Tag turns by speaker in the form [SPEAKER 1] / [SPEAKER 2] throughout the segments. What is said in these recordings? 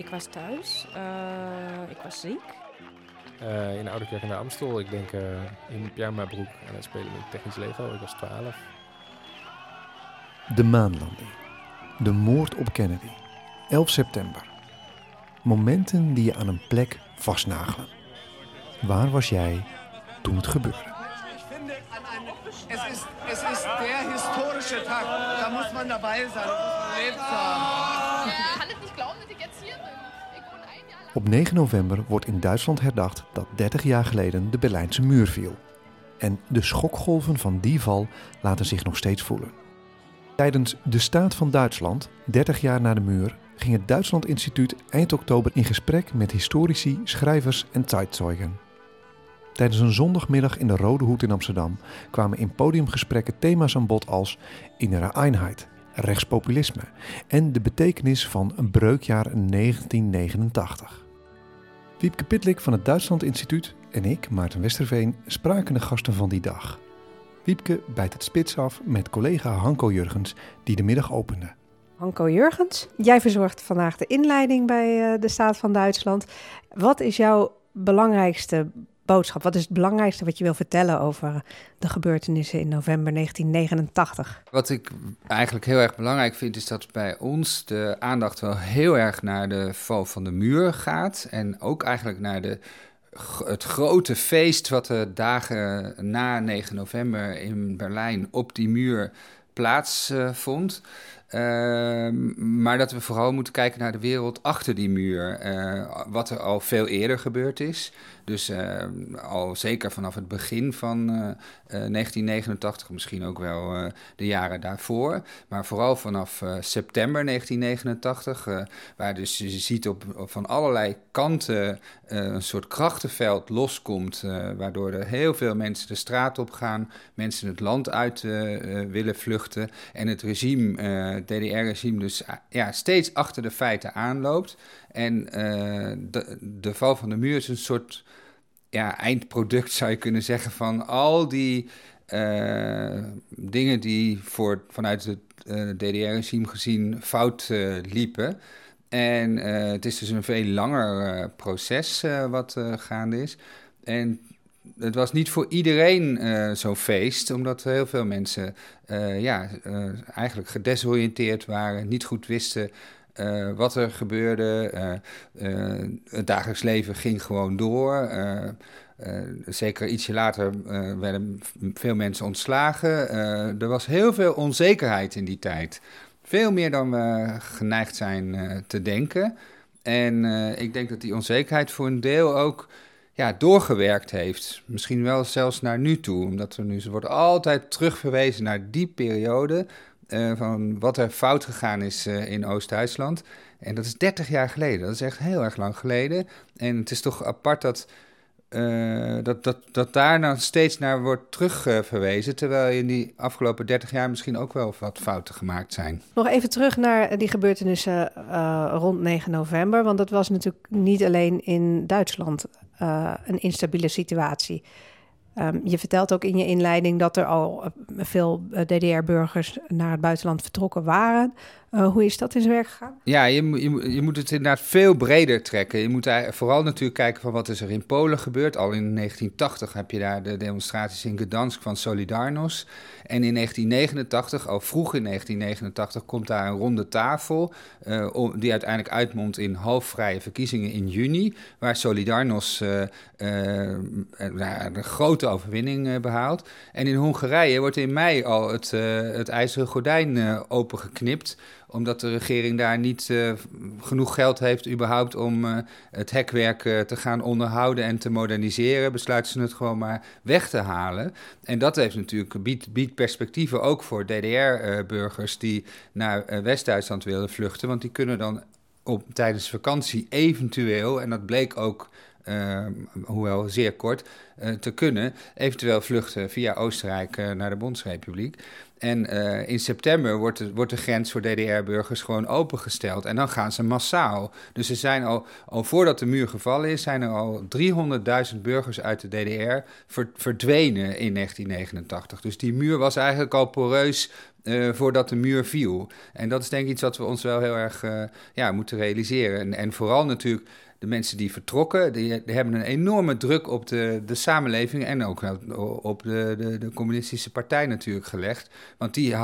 [SPEAKER 1] Ik was thuis. Ik was ziek.
[SPEAKER 2] In de Oude Kerk aan de Amstel. Ik denk in pyjamabroek aan het spelen met technisch Lego. Ik was 12.
[SPEAKER 3] De maanlanding. De moord op Kennedy. 11 september. Momenten die je aan een plek vastnagelen. Waar was jij toen het gebeurde?
[SPEAKER 4] Es ist der historische Tag. Da muss man dabei sein. Da muss man erlebt haben.
[SPEAKER 5] Kann es nicht glauben, dass ich jetzt hier bin. Ik woon 1 jaar lang.
[SPEAKER 3] Op 9 november wordt in Duitsland herdacht dat 30 jaar geleden de Berlijnse muur viel. En de schokgolven van die val laten zich nog steeds voelen. Tijdens de Staat van Duitsland, 30 jaar na de muur, ging het Duitsland Instituut eind oktober in gesprek met historici, schrijvers en zeitzeugen. Tijdens een zondagmiddag in de Rode Hoed in Amsterdam kwamen in podiumgesprekken thema's aan bod als innere Einheit, rechtspopulisme en de betekenis van een breukjaar 1989. Wiepke Pitlik van het Duitsland Instituut en ik, Maarten Westerveen, spraken de gasten van die dag. Wiepke bijt het spits af met collega Hanko Jurgens die de middag opende.
[SPEAKER 1] Hanko Jurgens, jij verzorgt vandaag de inleiding bij de Staat van Duitsland. Wat is jouw belangrijkste boodschap? Wat is het belangrijkste wat je wil vertellen over de gebeurtenissen in november 1989?
[SPEAKER 6] Wat ik eigenlijk heel erg belangrijk vind, is dat bij ons de aandacht wel heel erg naar de val van de muur gaat. En ook eigenlijk naar het grote feest wat de dagen na 9 november in Berlijn op die muur plaatsvond. Maar dat we vooral moeten kijken naar de wereld achter die muur. Wat er al veel eerder gebeurd is. Dus al zeker vanaf het begin van 1989, misschien ook wel de jaren daarvoor. Maar vooral vanaf september 1989, waar dus je ziet van allerlei kanten een soort krachtenveld loskomt. Waardoor er heel veel mensen de straat op gaan, mensen het land uit willen vluchten. En het regime, het DDR-regime, dus steeds achter de feiten aanloopt. En de val van de muur is een soort eindproduct, zou je kunnen zeggen, van al die dingen die vanuit het DDR-regime gezien fout liepen. En het is dus een veel langer proces wat gaande is. En het was niet voor iedereen zo'n feest, omdat heel veel mensen eigenlijk gedesoriënteerd waren, niet goed wisten wat er gebeurde. Het dagelijks leven ging gewoon door. Zeker ietsje later werden veel mensen ontslagen. Er was heel veel onzekerheid in die tijd. Veel meer dan we geneigd zijn te denken. En ik denk dat die onzekerheid voor een deel ook doorgewerkt heeft. Misschien wel zelfs naar nu toe. Omdat ze wordt altijd terugverwezen naar die periode van wat er fout gegaan is in Oost-Duitsland. En dat is 30 jaar geleden. Dat is echt heel erg lang geleden. En het is toch apart dat daar nou steeds naar wordt terugverwezen, terwijl in die afgelopen 30 jaar misschien ook wel wat fouten gemaakt zijn.
[SPEAKER 1] Nog even terug naar die gebeurtenissen rond 9 november, want dat was natuurlijk niet alleen in Duitsland een instabiele situatie. Je vertelt ook in je inleiding dat er al veel DDR-burgers naar het buitenland vertrokken waren. Hoe is dat in zijn werk gegaan?
[SPEAKER 6] Ja, je moet het inderdaad veel breder trekken. Je moet vooral natuurlijk kijken van wat is er in Polen gebeurd. Al in 1980 heb je daar de demonstraties in Gdansk van Solidarność. En in 1989, al vroeg in 1989, komt daar een ronde tafel die uiteindelijk uitmondt in halfvrije verkiezingen in juni, waar Solidarność een grote overwinning behaalt. En in Hongarije wordt in mei al het ijzeren gordijn opengeknipt, omdat de regering daar niet genoeg geld heeft überhaupt om het hekwerk te gaan onderhouden en te moderniseren, besluiten ze het gewoon maar weg te halen. En dat heeft natuurlijk, biedt perspectieven ook voor DDR-burgers die naar West-Duitsland willen vluchten, want die kunnen dan tijdens vakantie eventueel, en dat bleek ook, hoewel zeer kort, te kunnen, eventueel vluchten via Oostenrijk naar de Bondsrepubliek. En in september wordt de grens voor DDR-burgers gewoon opengesteld. En dan gaan ze massaal. Dus er zijn al voordat de muur gevallen is, zijn er al 300.000 burgers uit de DDR verdwenen in 1989. Dus die muur was eigenlijk al poreus voordat de muur viel. En dat is denk ik iets wat we ons wel heel erg moeten realiseren. En vooral natuurlijk de mensen die vertrokken, die hebben een enorme druk op de samenleving en ook op de communistische partij natuurlijk gelegd. Want die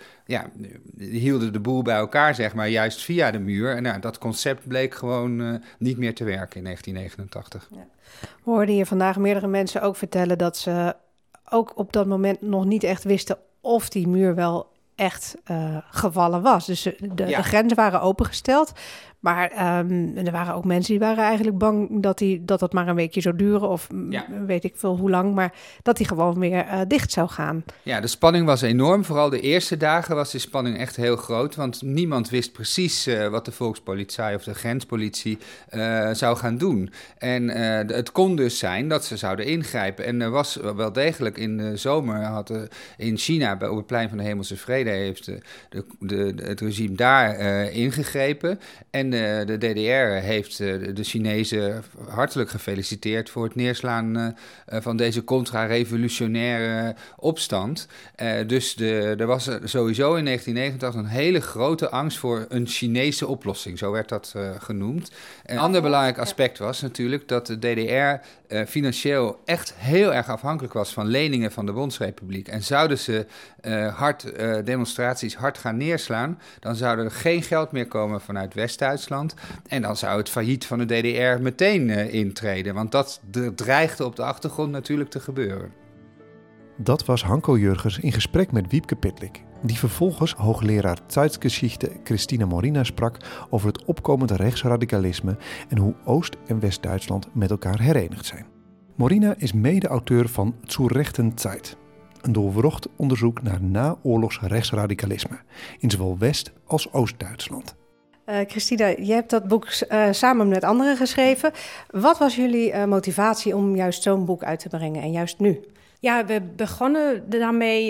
[SPEAKER 6] hielden de boel bij elkaar, zeg maar, juist via de muur. En dat concept bleek gewoon niet meer te werken in 1989. Ja.
[SPEAKER 1] We hoorden hier vandaag meerdere mensen ook vertellen dat ze ook op dat moment nog niet echt wisten of die muur wel echt gevallen was. Dus de grenzen waren opengesteld. Maar er waren ook mensen die waren eigenlijk bang dat maar een weekje zou duren. Of weet ik veel hoe lang. Maar dat die gewoon weer dicht zou gaan.
[SPEAKER 6] Ja, de spanning was enorm. Vooral de eerste dagen was de spanning echt heel groot. Want niemand wist precies wat de volkspolitie of de grenspolitie zou gaan doen. En het kon dus zijn dat ze zouden ingrijpen. En er was wel degelijk in de zomer in China op het plein van de Hemelse Vrede heeft het regime daar ingegrepen. En de DDR heeft de Chinezen hartelijk gefeliciteerd voor het neerslaan van deze contra-revolutionaire opstand. Dus er was sowieso in 1989 een hele grote angst voor een Chinese oplossing. Zo werd dat genoemd. Een ander belangrijk aspect was natuurlijk dat de DDR financieel echt heel erg afhankelijk was van leningen van de Bondsrepubliek. En zouden ze demonstraties hard gaan neerslaan, dan zou er geen geld meer komen vanuit West-Duitsland. En dan zou het failliet van de DDR meteen intreden. Want dat dreigde op de achtergrond natuurlijk te gebeuren.
[SPEAKER 3] Dat was Hanko Jurgens in gesprek met Wiebke Pitlik, die vervolgens hoogleraar Zeitgeschichte Christina Morina sprak over het opkomende rechtsradicalisme en hoe Oost- en West-Duitsland met elkaar herenigd zijn. Morina is mede-auteur van Zur rechten Zeit, een doorwrocht onderzoek naar naoorlogs rechtsradicalisme in zowel West- als Oost-Duitsland.
[SPEAKER 1] Christina, je hebt dat boek samen met anderen geschreven. Wat was jullie motivatie om juist zo'n boek uit te brengen en juist nu?
[SPEAKER 7] Ja, we begonnen daarmee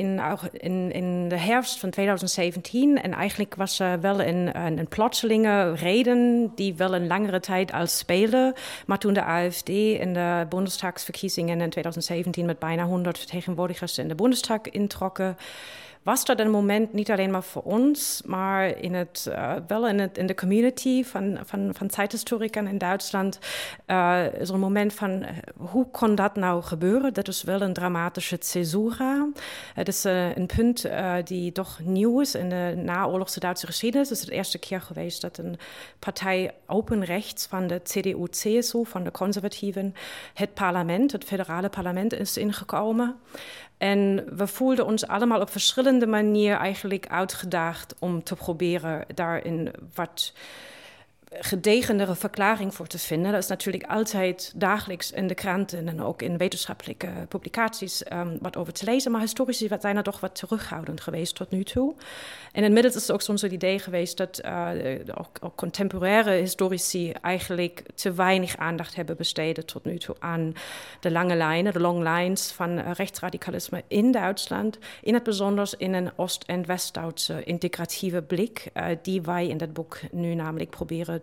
[SPEAKER 7] in de herfst van 2017. En eigenlijk was er wel een plotselinge reden die wel een langere tijd al speelde. Maar toen de AfD in de Bundestagsverkiezingen in 2017 met bijna 100 vertegenwoordigers in de Bundestag introkken, was dat een moment niet alleen maar voor ons, maar in de community van Zeithistorikern in Duitsland is er een moment van hoe kon dat nou gebeuren? Dat is wel een dramatische cesura. Het is een punt die toch nieuw is in de naoorlogse Duitse geschiedenis. Het is de eerste keer geweest dat een partij open rechts van de CDU-CSU, van de conservatieven, het federale parlement is ingekomen. En we voelden ons allemaal op verschillende manieren eigenlijk uitgedaagd om te proberen daar een wat gedegendere verklaring voor te vinden. Dat is natuurlijk altijd dagelijks in de kranten en ook in wetenschappelijke publicaties wat over te lezen. Maar historici zijn er toch wat terughoudend geweest tot nu toe. En inmiddels is het ook soms het idee geweest dat ook contemporaire historici eigenlijk te weinig aandacht hebben besteed tot nu toe aan de lange lijnen, de long lines van rechtsradicalisme in Duitsland. In het bijzonder in een Oost- en West-Duitse integratieve blik die wij in dat boek nu namelijk proberen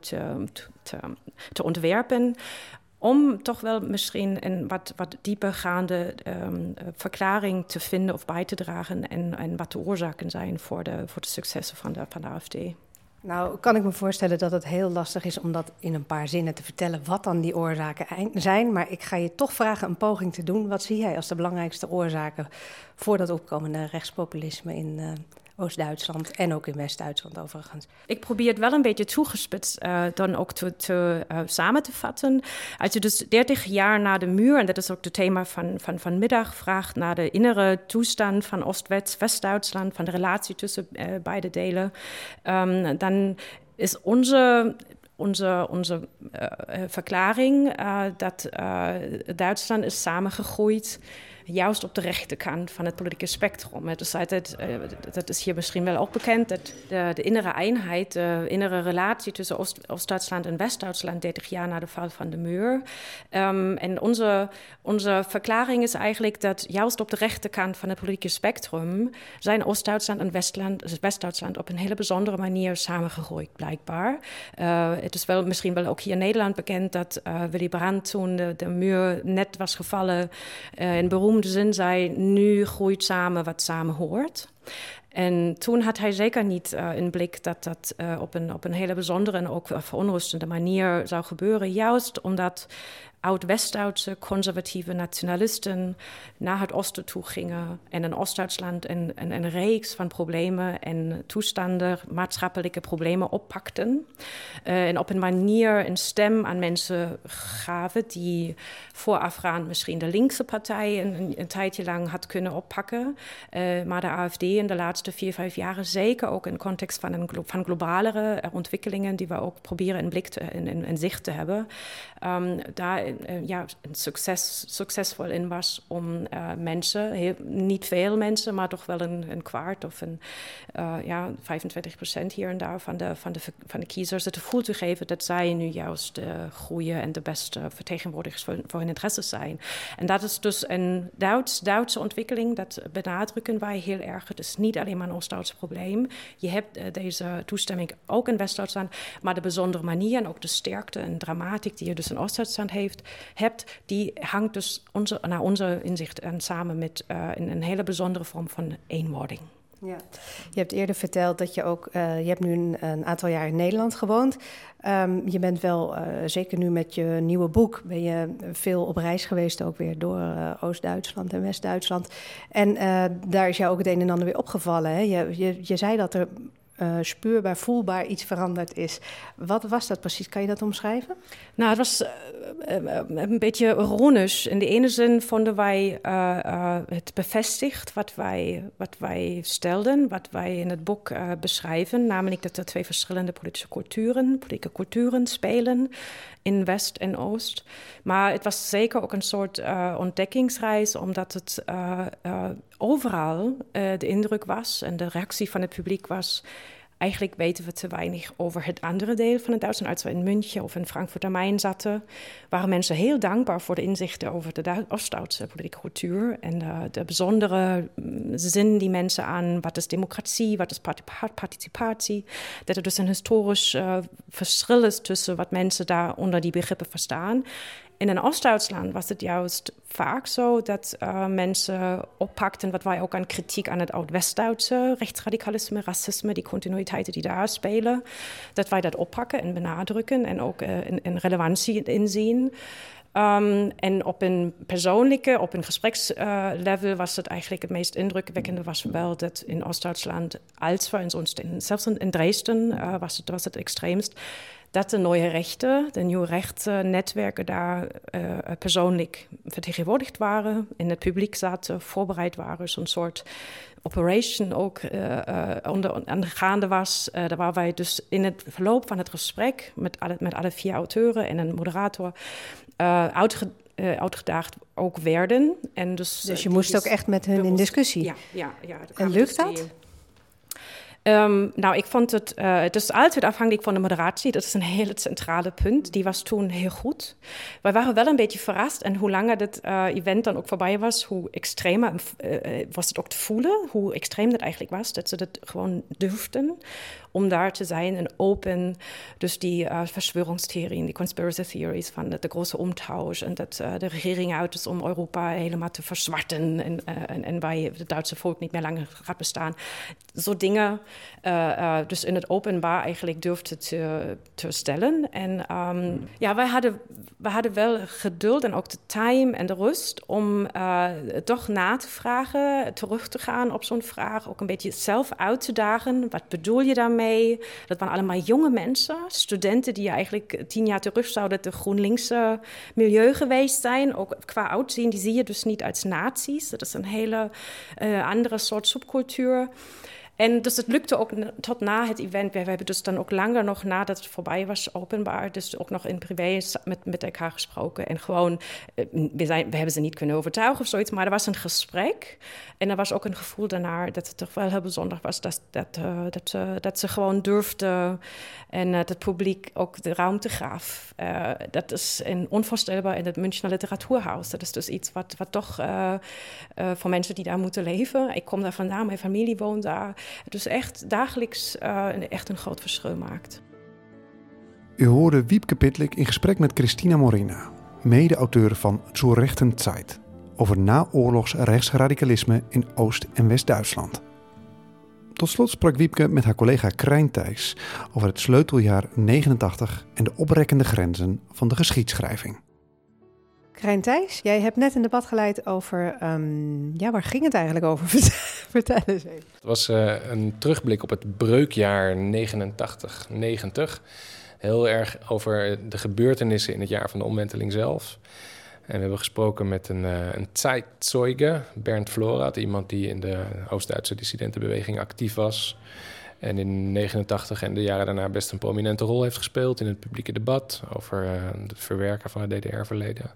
[SPEAKER 7] te ontwerpen, om toch wel misschien een wat diepergaande verklaring te vinden of bij te dragen en wat de oorzaken zijn voor de successen van de AfD.
[SPEAKER 1] Nou, kan ik me voorstellen dat het heel lastig is om dat in een paar zinnen te vertellen wat dan die oorzaken zijn. Maar ik ga je toch vragen een poging te doen. Wat zie jij als de belangrijkste oorzaken voor dat opkomende rechtspopulisme in Oost-Duitsland en ook in West-Duitsland overigens?
[SPEAKER 7] Ik probeer het wel een beetje toegespitst dan ook samen te vatten. Als je dus 30 jaar na de muur, en dat is ook het thema van vanmiddag, vraagt naar de innere toestand van Oost-West-Duitsland, van de relatie tussen beide delen, dan is onze verklaring dat Duitsland is samengegroeid juist op de rechterkant van het politieke spectrum. Het is altijd, dat is hier misschien wel ook bekend, dat de innere eenheid, de innere relatie tussen Oost-Duitsland en West-Duitsland 30 jaar na de val van de muur. En onze verklaring is eigenlijk dat juist op de rechterkant van het politieke spectrum zijn Oost-Duitsland en West-Duitsland op een hele bijzondere manier samengegroeid, blijkbaar. Het is misschien wel ook hier in Nederland bekend dat Willy Brandt toen de muur net was gevallen in beroemde zin zei, nu groeit samen wat samen hoort. En toen had hij zeker niet in blik dat dat op een hele bijzondere en ook veronrustende manier zou gebeuren. Juist omdat oud-West-Duitse conservatieve nationalisten naar het oosten toe gingen en in Oost-Duitsland een reeks van problemen en toestanden, maatschappelijke problemen oppakten. En op een manier een stem aan mensen gaven die voorafgaand misschien de linkse partij een tijdje lang had kunnen oppakken. Maar de AfD in de laatste 4-5 jaar zeker ook in context van globalere ontwikkelingen die we ook proberen in blik in zicht te hebben. Daar succesvol in was om mensen, niet veel mensen, maar toch wel een kwart of 25% hier en daar van de kiezers het gevoel te geven dat zij nu juist de goede en de beste vertegenwoordigers voor hun interesses zijn. En dat is dus een Duitse ontwikkeling, dat benadrukken wij heel erg. Het is niet alleen maar een Oost-Duits probleem. Je hebt deze toestemming ook in West-Duitsland, maar de bijzondere manier en ook de sterkte en dramatiek die je dus in Oost-Duitsland hebt, die hangt dus naar onze inzicht aan samen met een hele bijzondere vorm van eenwording.
[SPEAKER 1] Ja. Je hebt eerder verteld dat je ook, je hebt nu een aantal jaar in Nederland gewoond. Je bent wel, zeker nu met je nieuwe boek, ben je veel op reis geweest, ook weer door Oost-Duitsland en West-Duitsland. En daar is jou ook het een en ander weer opgevallen. Hè? Je zei dat er speurbaar, voelbaar iets veranderd is. Wat was dat precies? Kan je dat omschrijven?
[SPEAKER 7] Nou, het was een beetje ironisch. In de ene zin vonden wij het bevestigd wat wij stelden, wat wij in het boek beschrijven, namelijk dat er twee verschillende politieke culturen spelen in West en Oost. Maar het was zeker ook een soort ontdekkingsreis, omdat het overal de indruk was en de reactie van het publiek was: eigenlijk weten we te weinig over het andere deel van het Duitsland. Als we in München of in Frankfurt am Main zaten, waren mensen heel dankbaar voor de inzichten over de Oost-Duitse politieke cultuur en de bijzondere zin die mensen aan wat is democratie, wat is participatie. Dat er dus een historisch verschil is tussen wat mensen daar onder die begrippen verstaan. En in Oost-Duitsland was het juist vaak zo dat mensen oppakten wat wij ook aan kritiek aan het oud-West-Duitse rechtsradicalisme, racisme, die continuïteiten die daar spelen, dat wij dat oppakken en benadrukken en ook een relevantie inzien. En op een persoonlijke, op een gesprekslevel was het eigenlijk het meest indrukwekkende was wel dat in Oost-Duitsland, zelfs in Dresden was het extreemst, dat de nieuwe rechtsnetwerken daar persoonlijk vertegenwoordigd waren, in het publiek zaten, voorbereid waren, zo'n soort operation ook aan de gaande was. Waar wij dus in het verloop van het gesprek met alle 4 auteuren en een moderator uitgedaagd ook werden. En dus
[SPEAKER 1] je moest ook echt met hen in discussie?
[SPEAKER 7] Ja.
[SPEAKER 1] En lukt dat?
[SPEAKER 7] Nou, ik vond het is altijd afhankelijk van de moderatie. Dat is een hele centrale punt. Die was toen heel goed. Wij waren wel een beetje verrast. En hoe langer dit event dan ook voorbij was, hoe extremer was het ook te voelen. Hoe extreem dat eigenlijk was. Dat ze dat gewoon durfden om daar te zijn en open. Dus die verschwörungstheorieën, die conspiracy theories van de grote omtausch. En dat de regering uit is om Europa helemaal te verzwarten. En wij het Duitse volk niet meer langer gaat bestaan. Zo dingen dus in het openbaar eigenlijk durfde te stellen. En we hadden wel geduld en ook de time en de rust om toch na te vragen, terug te gaan op zo'n vraag. Ook een beetje zelf uit te dagen. Wat bedoel je daarmee? Dat waren allemaal jonge mensen, studenten die eigenlijk 10 jaar terug zouden het GroenLinkse milieu geweest zijn. Ook qua uitzien, die zie je dus niet als nazi's. Dat is een hele andere soort subcultuur. En dus het lukte ook tot na het event. We hebben dus dan ook langer nog nadat het voorbij was openbaar, dus ook nog in privé met elkaar gesproken. En gewoon, we hebben ze niet kunnen overtuigen of zoiets, maar er was een gesprek. En er was ook een gevoel daarna dat het toch wel heel bijzonder was dat ze gewoon durfden en het publiek ook de ruimte gaf. Dat is onvoorstelbaar in het Münchner Literatuurhaus. Dat is dus iets wat toch voor mensen die daar moeten leven. Ik kom daar vandaan, mijn familie woont daar. Dus echt dagelijks echt een groot verschil maakt.
[SPEAKER 3] U hoorde Wiebke Pitlik in gesprek met Christina Morina, mede-auteur van Zur rechten Zeit, over naoorlogs rechtsradicalisme in Oost- en West-Duitsland. Tot slot sprak Wiepke met haar collega Krijn Thijs over het sleuteljaar 89 en de oprekkende grenzen van de geschiedschrijving.
[SPEAKER 1] Krijn Thijs, jij hebt net een debat geleid over... waar ging het eigenlijk over? Vertel eens even.
[SPEAKER 2] Het was een terugblik op het breukjaar 89-90. Heel erg over de gebeurtenissen in het jaar van de omwenteling zelf. En we hebben gesproken met een Zeitzeuge, Bernd Florath, iemand die in de Oost-Duitse dissidentenbeweging actief was. En in 89 en de jaren daarna best een prominente rol heeft gespeeld in het publieke debat over het verwerken van het DDR-verleden.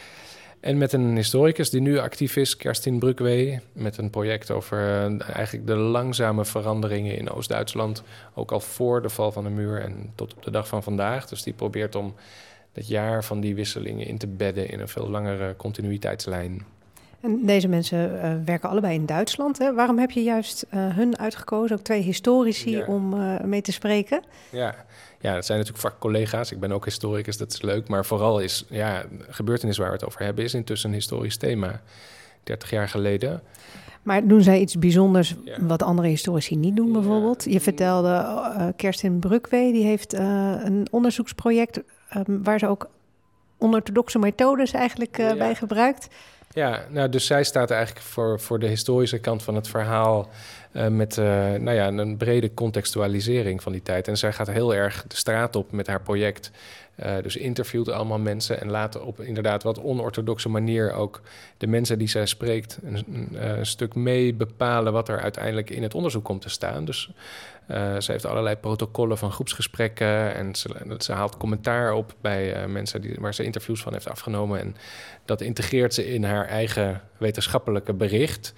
[SPEAKER 2] En met een historicus die nu actief is, Kerstin Brückweh, met een project over eigenlijk de langzame veranderingen in Oost-Duitsland, ook al voor de val van de muur en tot op de dag van vandaag. Dus die probeert om het jaar van die wisselingen in te bedden in een veel langere continuïteitslijn.
[SPEAKER 1] En deze mensen werken allebei in Duitsland. Hè? Waarom heb je juist hun uitgekozen? Ook 2 historici om mee te spreken.
[SPEAKER 2] Ja, dat zijn natuurlijk vaak collega's. Ik ben ook historicus, dat is leuk. Maar vooral is de gebeurtenis waar we het over hebben is intussen een historisch thema. 30 jaar geleden.
[SPEAKER 1] Maar doen zij iets bijzonders wat andere historici niet doen bijvoorbeeld? Je vertelde Kerstin Brückweh, die heeft een onderzoeksproject waar ze ook onorthodoxe methodes eigenlijk bij gebruikt. Ja,
[SPEAKER 2] dus zij staat eigenlijk voor de historische kant van het verhaal met een brede contextualisering van die tijd. En zij gaat heel erg de straat op met haar project. Dus interviewt allemaal mensen en laat op inderdaad wat onorthodoxe manier ook de mensen die zij spreekt een stuk mee bepalen wat er uiteindelijk in het onderzoek komt te staan. Dus ze heeft allerlei protocollen van groepsgesprekken en ze haalt commentaar op bij mensen waar ze interviews van heeft afgenomen. En dat integreert ze in haar eigen wetenschappelijke bericht.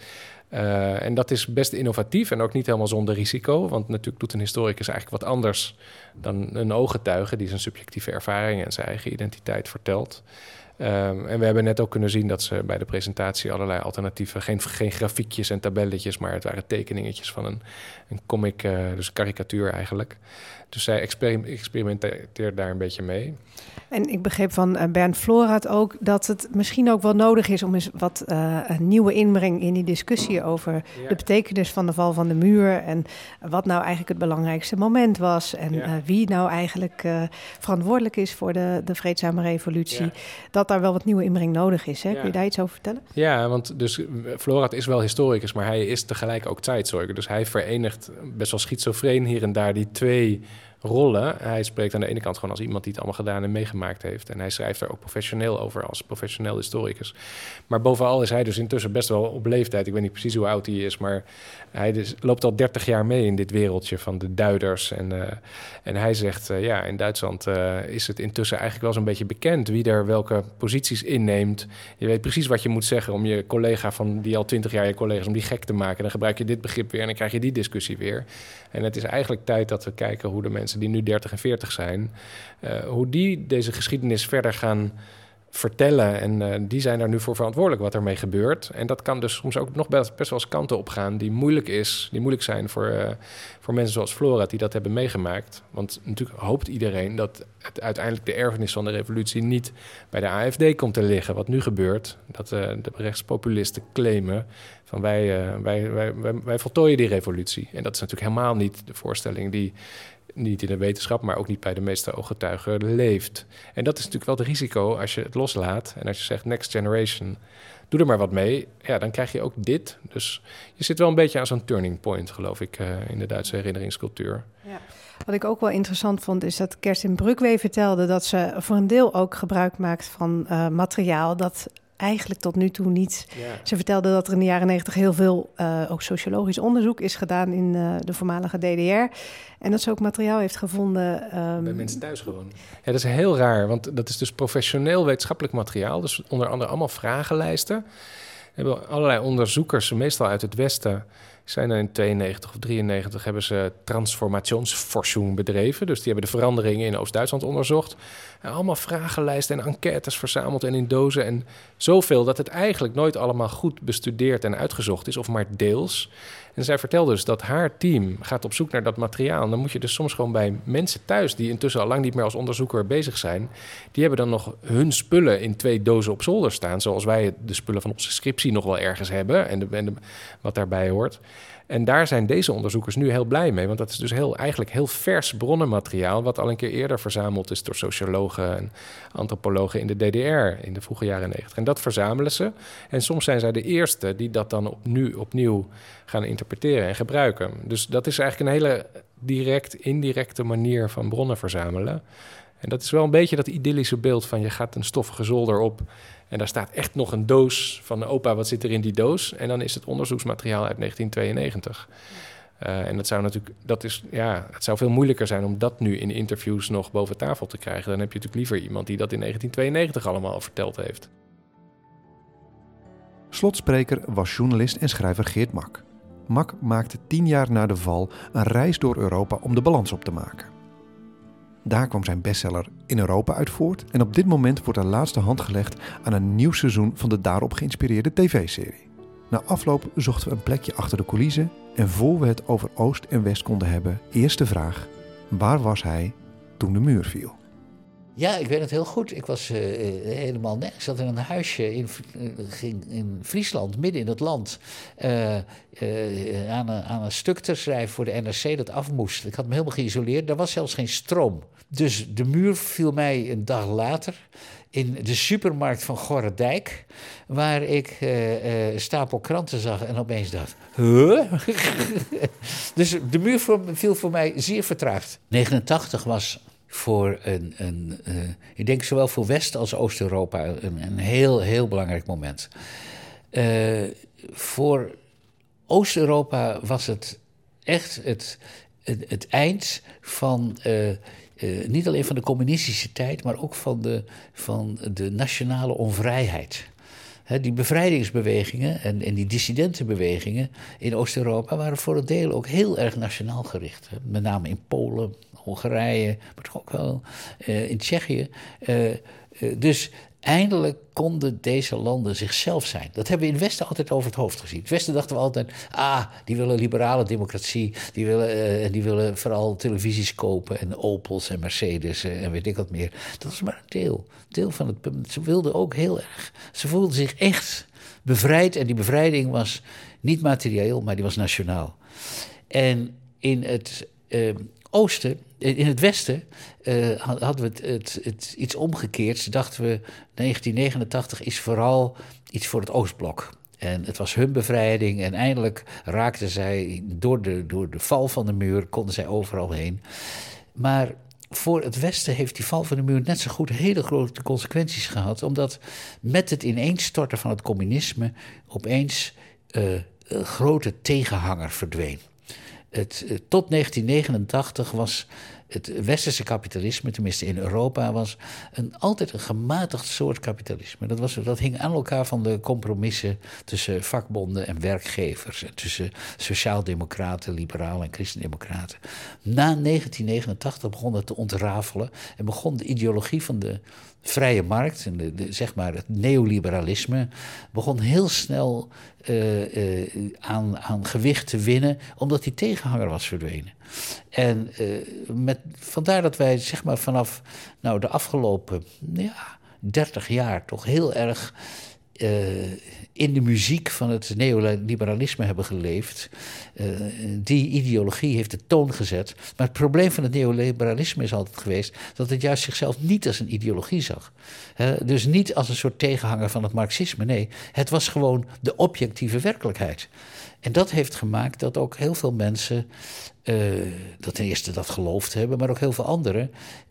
[SPEAKER 2] En dat is best innovatief en ook niet helemaal zonder risico. Want natuurlijk doet een historicus eigenlijk wat anders dan een ooggetuige die zijn subjectieve ervaringen en zijn eigen identiteit vertelt. En we hebben net ook kunnen zien dat ze bij de presentatie allerlei alternatieven, geen grafiekjes en tabelletjes, maar het waren tekeningetjes van een comic, dus een karikatuur eigenlijk. Dus zij experimenteert daar een beetje mee.
[SPEAKER 1] En ik begreep van Bernd Florath ook dat het misschien ook wel nodig is om eens wat een nieuwe inbreng in die discussie over de betekenis van de val van de muur en wat nou eigenlijk het belangrijkste moment was en wie nou eigenlijk verantwoordelijk is voor de vreedzame revolutie. Dat daar wel wat nieuwe inbreng nodig is. Hè? Kun je daar iets over vertellen? Ja,
[SPEAKER 2] want dus Florath is wel historicus, maar hij is tegelijk ook Zeitzeuge. Dus hij verenigt best wel schizofreen hier en daar die 2 rollen. Hij spreekt aan de ene kant gewoon als iemand die het allemaal gedaan en meegemaakt heeft. En hij schrijft er ook professioneel over als professioneel historicus. Maar bovenal is hij dus intussen best wel op leeftijd. Ik weet niet precies hoe oud hij is, maar hij loopt al 30 jaar mee in dit wereldje van de duiders. En hij zegt, in Duitsland is het intussen eigenlijk wel zo'n beetje bekend wie er welke posities inneemt. Je weet precies wat je moet zeggen om je collega van die al 20 jaar je collega's om die gek te maken. Dan gebruik je dit begrip weer en dan krijg je die discussie weer. En het is eigenlijk tijd dat we kijken hoe de mensen die nu 30 en 40 zijn, hoe die deze geschiedenis verder gaan vertellen. En die zijn daar nu voor verantwoordelijk wat ermee gebeurt. En dat kan dus soms ook nog best wel eens kanten op gaan die moeilijk zijn voor mensen zoals Florath die dat hebben meegemaakt. Want natuurlijk hoopt iedereen dat het uiteindelijk de erfenis van de revolutie niet bij de AfD komt te liggen. Wat nu gebeurt, dat de rechtspopulisten claimen van wij voltooien die revolutie. En dat is natuurlijk helemaal niet de voorstelling die niet in de wetenschap, maar ook niet bij de meeste ooggetuigen leeft. En dat is natuurlijk wel het risico als je het loslaat en als je zegt next generation, doe er maar wat mee. Ja, dan krijg je ook dit. Dus je zit wel een beetje aan zo'n turning point, geloof ik, in de Duitse herinneringscultuur. Ja.
[SPEAKER 1] Wat ik ook wel interessant vond, is dat Kerstin Brückweh vertelde dat ze voor een deel ook gebruik maakt van materiaal dat eigenlijk tot nu toe niet. Ja. Ze vertelde dat er in de jaren 90 heel veel ook sociologisch onderzoek is gedaan in de voormalige DDR. En dat ze ook materiaal heeft gevonden.
[SPEAKER 2] Bij mensen thuis gewoon. Ja, dat is heel raar, want dat is dus professioneel wetenschappelijk materiaal. Dus onder andere allemaal vragenlijsten. We hebben allerlei onderzoekers, meestal uit het Westen, zijn er in 92 of 93 hebben ze transformationsforschung bedreven. Dus die hebben de veranderingen in Oost-Duitsland onderzocht. En allemaal vragenlijsten en enquêtes verzameld en in dozen. En zoveel dat het eigenlijk nooit allemaal goed bestudeerd en uitgezocht is, of maar deels. En zij vertelde dus dat haar team gaat op zoek naar dat materiaal. En dan moet je dus soms gewoon bij mensen thuis, die intussen al lang niet meer als onderzoeker bezig zijn, die hebben dan nog hun spullen in 2 dozen op zolder staan, zoals wij de spullen van onze scriptie nog wel ergens hebben en wat daarbij hoort. En daar zijn deze onderzoekers nu heel blij mee. Want dat is dus eigenlijk heel vers bronnenmateriaal, wat al een keer eerder verzameld is door sociologen en antropologen in de DDR in de vroege jaren 90. En dat verzamelen ze. En soms zijn zij de eerste die dat dan opnieuw gaan interpreteren en gebruiken. Dus dat is eigenlijk een hele indirecte manier van bronnen verzamelen. En dat is wel een beetje dat idyllische beeld van je gaat een stoffige zolder op en daar staat echt nog een doos van opa, wat zit er in die doos? En dan is het onderzoeksmateriaal uit 1992. En het zou veel moeilijker zijn om dat nu in interviews nog boven tafel te krijgen. Dan heb je natuurlijk liever iemand die dat in 1992 allemaal verteld heeft.
[SPEAKER 3] Slotspreker was journalist en schrijver Geert Mak. Mak maakte 10 jaar na de val een reis door Europa om de balans op te maken. Daar kwam zijn bestseller In Europa uit voort en op dit moment wordt de laatste hand gelegd aan een nieuw seizoen van de daarop geïnspireerde tv-serie. Na afloop zochten we een plekje achter de coulissen en voor we het over Oost en West konden hebben, eerste vraag: waar was hij toen de muur viel?
[SPEAKER 8] Ja, ik weet het heel goed. Ik was helemaal nergens. Ik zat in een huisje in Friesland, midden in het land, aan een stuk te schrijven voor de NRC dat af moest. Ik had me helemaal geïsoleerd. Er was zelfs geen stroom. Dus de muur viel mij een dag later in de supermarkt van Gorredijk, waar ik een stapel kranten zag en opeens dacht, huh? Dus de muur viel voor mij zeer vertraagd. 89 was voor ik denk zowel voor West- als Oost-Europa een heel, heel belangrijk moment. Voor Oost-Europa was het echt het eind van niet alleen van de communistische tijd, maar ook van de nationale onvrijheid. Die bevrijdingsbewegingen en die dissidentenbewegingen in Oost-Europa waren voor een deel ook heel erg nationaal gericht. Met name in Polen, Hongarije, maar toch ook wel in Tsjechië. Dus eindelijk konden deze landen zichzelf zijn. Dat hebben we in het Westen altijd over het hoofd gezien. In het Westen dachten we altijd, die willen liberale democratie, die willen vooral televisies kopen en Opels en Mercedes en weet ik wat meer. Dat was maar een deel van het punt. Ze wilden ook heel erg, ze voelden zich echt bevrijd en die bevrijding was niet materieel, maar die was nationaal. En in het Oosten, in het Westen, hadden we het iets omgekeerd. Dachten we, 1989 is vooral iets voor het Oostblok. En het was hun bevrijding en eindelijk raakten zij, door de val van de muur, konden zij overal heen. Maar voor het Westen heeft die val van de muur net zo goed hele grote consequenties gehad, omdat met het ineenstorten van het communisme opeens een grote tegenhanger verdween. Tot 1989 was het westerse kapitalisme, tenminste in Europa, was altijd een gematigd soort kapitalisme. Dat hing aan elkaar van de compromissen tussen vakbonden en werkgevers. En tussen sociaaldemocraten, liberalen en christendemocraten. Na 1989 begon het te ontrafelen en begon de ideologie van de vrije markt en zeg maar het neoliberalisme begon heel snel aan gewicht te winnen, omdat die tegenhanger was verdwenen. En vandaar dat wij zeg maar vanaf de afgelopen 30 jaar toch heel erg in de muziek van het neoliberalisme hebben geleefd. Die ideologie heeft de toon gezet. Maar het probleem van het neoliberalisme is altijd geweest dat het juist zichzelf niet als een ideologie zag. Dus niet als een soort tegenhanger van het marxisme. Nee, het was gewoon de objectieve werkelijkheid. En dat heeft gemaakt dat ook heel veel mensen dat ten eerste dat geloofd hebben, maar ook heel veel anderen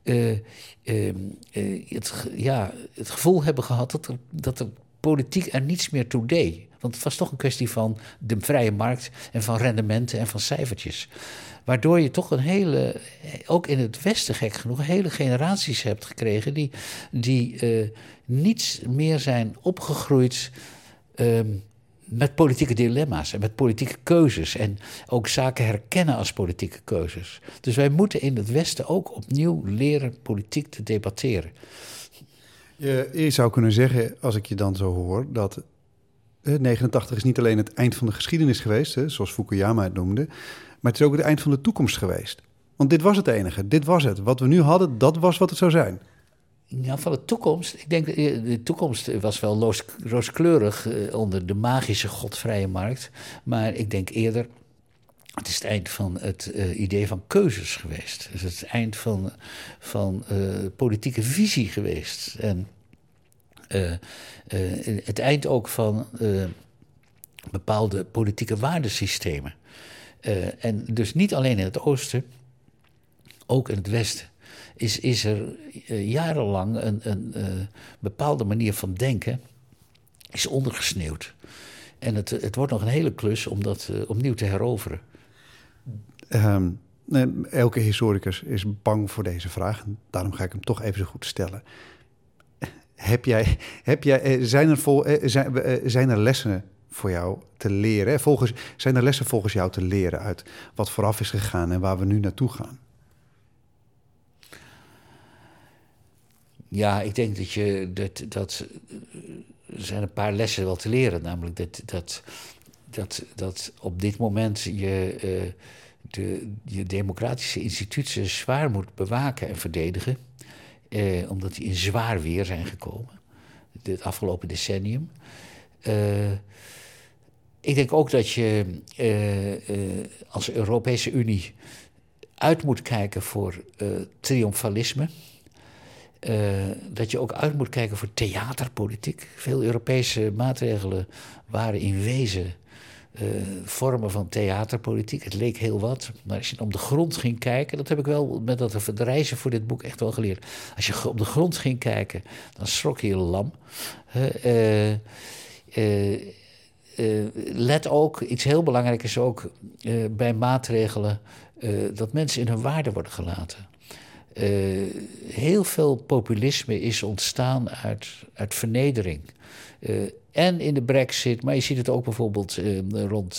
[SPEAKER 8] het gevoel hebben gehad dat de politiek er niets meer toe deed. Want het was toch een kwestie van de vrije markt en van rendementen en van cijfertjes. Waardoor je toch ook in het Westen gek genoeg, hele generaties hebt gekregen die niet meer zijn opgegroeid met politieke dilemma's en met politieke keuzes. En ook zaken herkennen als politieke keuzes. Dus wij moeten in het Westen ook opnieuw leren politiek te debatteren.
[SPEAKER 3] Je zou kunnen zeggen, als ik je dan zo hoor, dat 89 is niet alleen het eind van de geschiedenis geweest, zoals Fukuyama het noemde, maar het is ook het eind van de toekomst geweest. Want dit was het enige, dit was het. Wat we nu hadden, dat was wat het zou zijn.
[SPEAKER 8] Ja, van de toekomst. Ik denk, de toekomst was wel rooskleurig onder de magische godvrije markt. Maar ik denk eerder, het is het eind van het idee van keuzes geweest. Het is het eind van politieke visie geweest. En het eind ook van bepaalde politieke waardesystemen. En dus niet alleen in het oosten, ook in het westen. Is er jarenlang een bepaalde manier van denken is ondergesneeuwd. En het wordt nog een hele klus om dat opnieuw te heroveren.
[SPEAKER 3] Elke historicus is bang voor deze vraag. En daarom ga ik hem toch even zo goed stellen. Zijn er lessen voor jou te leren? Zijn er lessen volgens jou te leren uit wat vooraf is gegaan en waar we nu naartoe gaan?
[SPEAKER 8] Ja, ik denk dat er zijn een paar lessen wel te leren. Namelijk dat op dit moment je democratische instituten zwaar moet bewaken en verdedigen. Omdat die in zwaar weer zijn gekomen. Het afgelopen decennium. Ik denk ook dat je als Europese Unie uit moet kijken voor triomfalisme. Dat je ook uit moet kijken voor theaterpolitiek. Veel Europese maatregelen waren in wezen vormen van theaterpolitiek. Het leek heel wat, maar als je op de grond ging kijken, dat heb ik wel met dat reizen voor dit boek echt wel geleerd. Als je op de grond ging kijken, dan schrok je lam. Let ook, iets heel belangrijk is ook bij maatregelen dat mensen in hun waarde worden gelaten. Heel veel populisme is ontstaan uit vernedering. En in de Brexit, maar je ziet het ook bijvoorbeeld rond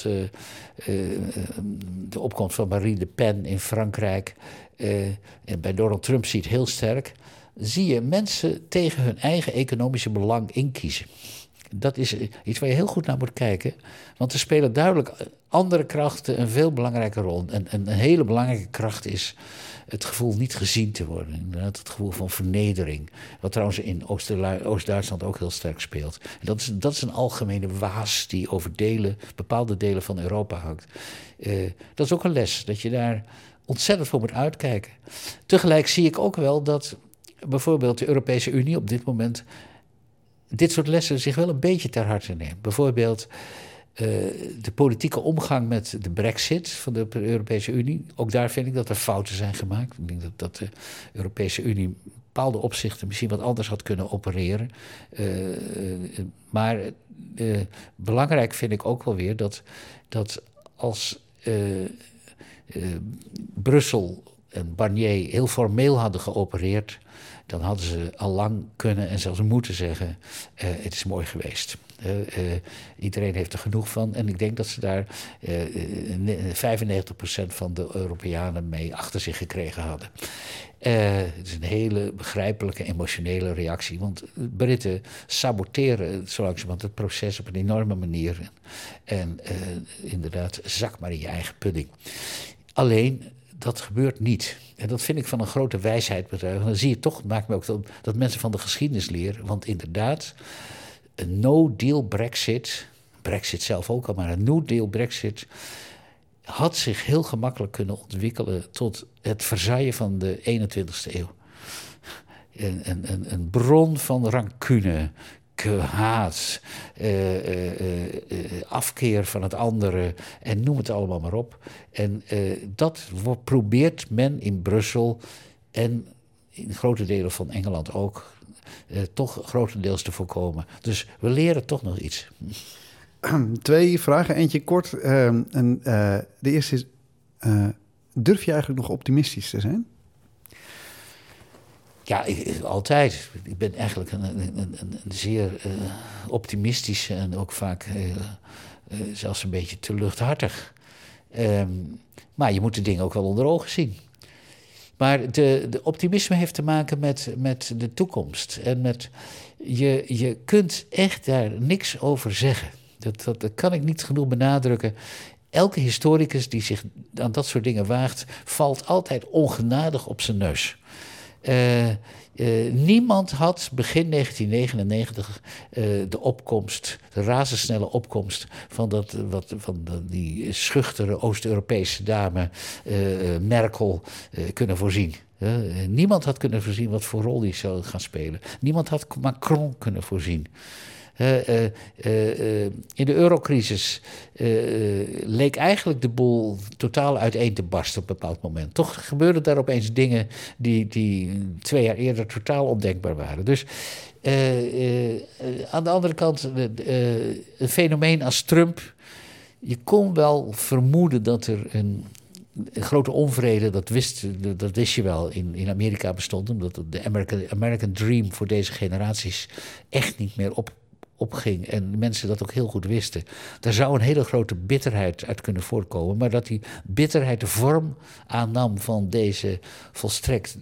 [SPEAKER 8] de opkomst van Marine Le Pen in Frankrijk. En bij Donald Trump zie je het heel sterk. Zie je mensen tegen hun eigen economische belang inkiezen. Dat is iets waar je heel goed naar moet kijken. Want er spelen duidelijk andere krachten een veel belangrijke rol. En een hele belangrijke kracht is het gevoel niet gezien te worden. Inderdaad, het gevoel van vernedering. Wat trouwens in Oost-Duitsland ook heel sterk speelt. En dat is een algemene waas die over bepaalde delen van Europa hangt. Dat is ook een les, dat je daar ontzettend voor moet uitkijken. Tegelijk zie ik ook wel dat bijvoorbeeld de Europese Unie op dit moment dit soort lessen zich wel een beetje ter harte neemt. Bijvoorbeeld de politieke omgang met de Brexit van de Europese Unie. Ook daar vind ik dat er fouten zijn gemaakt. Ik denk dat de Europese Unie in bepaalde opzichten misschien wat anders had kunnen opereren. Maar belangrijk vind ik ook wel weer dat als Brussel en Barnier heel formeel hadden geopereerd, dan hadden ze al lang kunnen en zelfs moeten zeggen, het is mooi geweest. Iedereen heeft er genoeg van. En ik denk dat ze daar 95% van de Europeanen mee achter zich gekregen hadden. Het is een hele begrijpelijke, emotionele reactie. Want Britten saboteren zo langzamerhand het proces op een enorme manier. En inderdaad, zak maar in je eigen pudding. Alleen, dat gebeurt niet. En dat vind ik van een grote wijsheid betuigen. Dan zie je toch, het maakt me ook dat mensen van de geschiedenis leren. Want inderdaad, een no-deal Brexit zelf ook al, maar een no-deal Brexit had zich heel gemakkelijk kunnen ontwikkelen tot het Versailles van de 21ste eeuw. Een bron van rancune, haat, afkeer van het andere en noem het allemaal maar op. En dat probeert men in Brussel en in grote delen van Engeland ook toch grotendeels te voorkomen. Dus we leren toch nog iets.
[SPEAKER 3] 2 vragen, eentje kort. De eerste is, durf je eigenlijk nog optimistisch te zijn?
[SPEAKER 8] Ja, altijd. Ik ben eigenlijk een zeer optimistische en ook vaak zelfs een beetje te luchthartig. Maar je moet de dingen ook wel onder ogen zien. Maar de optimisme heeft te maken met de toekomst. En met je kunt echt daar niks over zeggen. Dat kan ik niet genoeg benadrukken. Elke historicus die zich aan dat soort dingen waagt, valt altijd ongenadig op zijn neus. Niemand had begin 1999 de opkomst, de razendsnelle opkomst van die schuchtere Oost-Europese dame Merkel kunnen voorzien. Niemand had kunnen voorzien wat voor rol die zou gaan spelen. Niemand had Macron kunnen voorzien. In de eurocrisis leek eigenlijk de boel totaal uiteen te barsten op een bepaald moment. Toch gebeurden daar opeens dingen die 2 jaar eerder totaal ondenkbaar waren. Dus aan de andere kant, een fenomeen als Trump, je kon wel vermoeden dat er een grote onvrede, dat wist je wel, in Amerika bestond, omdat de American Dream voor deze generaties echt niet meer opging en mensen dat ook heel goed wisten. Daar zou een hele grote bitterheid uit kunnen voortkomen, maar dat die bitterheid de vorm aannam van deze volstrekt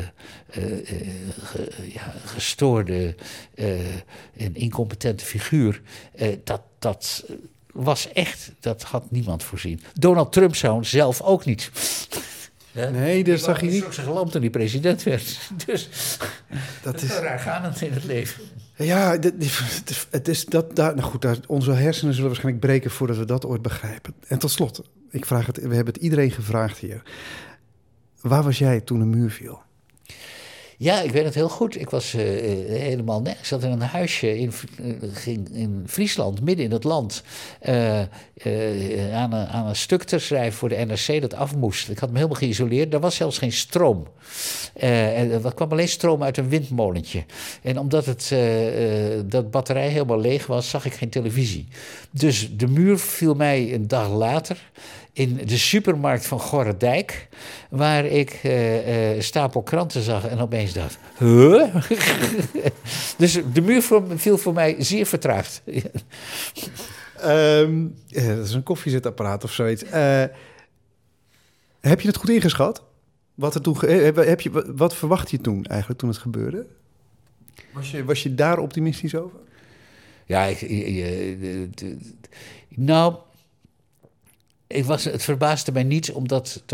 [SPEAKER 8] gestoorde en incompetente figuur, dat was echt, dat had niemand voorzien. Donald Trump zou zelf ook niet.
[SPEAKER 3] Nee, dat zag je niet.
[SPEAKER 8] Ik was geland toen hij president werd. Dus dat is wel raarganend in het leven.
[SPEAKER 3] Ja, het is dat. Nou goed, onze hersenen zullen waarschijnlijk breken voordat we dat ooit begrijpen. En tot slot, we hebben het iedereen gevraagd hier. Waar was jij toen de muur viel?
[SPEAKER 8] Ja, ik weet het heel goed. Ik was helemaal nergens. Ik zat in een huisje in Friesland, midden in het land, aan een stuk te schrijven voor de NRC dat af moest. Ik had me helemaal geïsoleerd. Er was zelfs geen stroom. Er kwam alleen stroom uit een windmolentje. En omdat dat batterij helemaal leeg was, zag ik geen televisie. Dus de muur viel mij een dag later in de supermarkt van Gorredijk, waar ik een stapel kranten zag en opeens dacht, huh? Dus de muur viel voor mij zeer vertraagd.
[SPEAKER 3] Dat is een koffiezetapparaat of zoiets. Heb je het goed ingeschat? Wat verwacht je toen eigenlijk, toen het gebeurde? Was je daar optimistisch over?
[SPEAKER 8] Ja, het verbaasde mij niet, omdat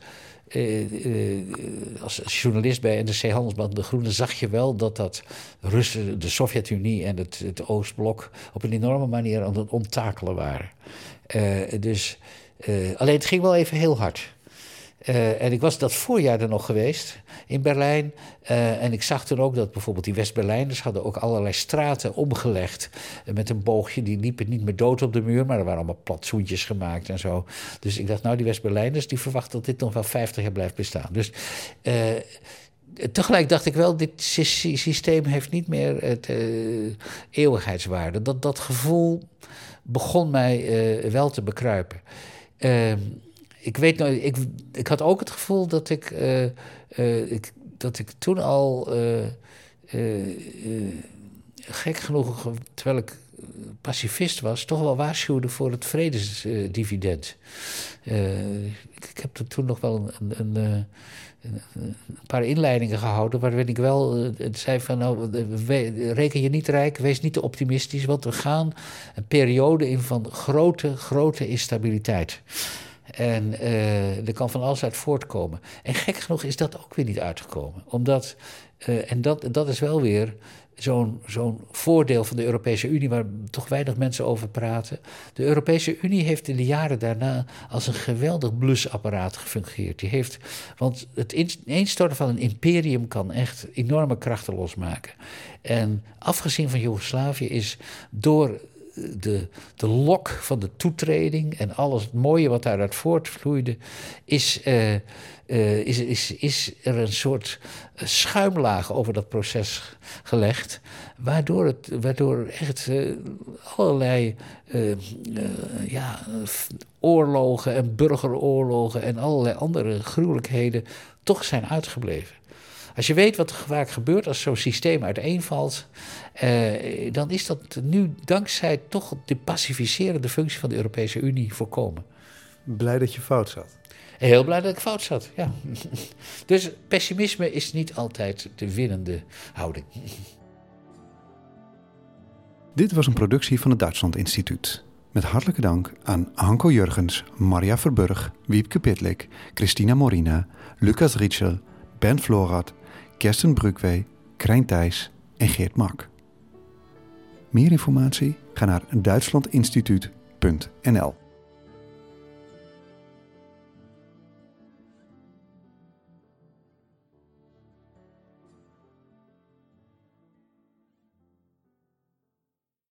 [SPEAKER 8] als journalist bij NRC Handelsblad De Groene zag je wel dat Russen, de Sovjet-Unie en het Oostblok op een enorme manier aan het onttakelen waren. Alleen het ging wel even heel hard. En ik was dat voorjaar er nog geweest in Berlijn. En ik zag toen ook dat bijvoorbeeld die West-Berlijners hadden ook allerlei straten omgelegd met een boogje. Die liepen niet meer dood op de muur, maar er waren allemaal plantsoentjes gemaakt en zo. Dus ik dacht, nou, die West-Berlijners die verwachten dat dit nog wel 50 jaar blijft bestaan. Dus tegelijk dacht ik wel, dit systeem heeft niet meer het eeuwigheidswaarde. Dat begon mij wel te bekruipen. Ik weet nou, ik had ook het gevoel dat ik toen al gek genoeg, terwijl ik pacifist was, toch wel waarschuwde voor het vredesdividend. Ik heb er toen nog wel een paar inleidingen gehouden waarin ik wel zei van, nou, reken je niet rijk, wees niet te optimistisch, want we gaan een periode in van grote instabiliteit. En er kan van alles uit voortkomen. En gek genoeg is dat ook weer niet uitgekomen. Omdat, en dat is wel weer zo'n voordeel van de Europese Unie, waar toch weinig mensen over praten. De Europese Unie heeft in de jaren daarna als een geweldig blusapparaat gefungeerd. Want het ineenstorten van een imperium kan echt enorme krachten losmaken. En afgezien van Joegoslavië is door de lok van de toetreding en alles het mooie wat daaruit voortvloeide, is er een soort schuimlaag over dat proces gelegd, waardoor echt allerlei oorlogen en burgeroorlogen en allerlei andere gruwelijkheden toch zijn uitgebleven. Als je weet wat er vaak gebeurt als zo'n systeem uiteenvalt, dan is dat nu dankzij toch de pacificerende functie van de Europese Unie voorkomen.
[SPEAKER 3] Blij dat je fout zat.
[SPEAKER 8] Heel blij dat ik fout zat, ja. Dus pessimisme is niet altijd de winnende houding.
[SPEAKER 3] Dit was een productie van het Duitsland Instituut. Met hartelijke dank aan Hanko Jurgens, Marja Verburg, Wiebke Pitlik, Christina Morina, Lucas Ritschel, Bernd Florath, Kersten Brukwee, Krijn Thijs en Geert Mak. Meer informatie? Ga naar duitslandinstituut.nl.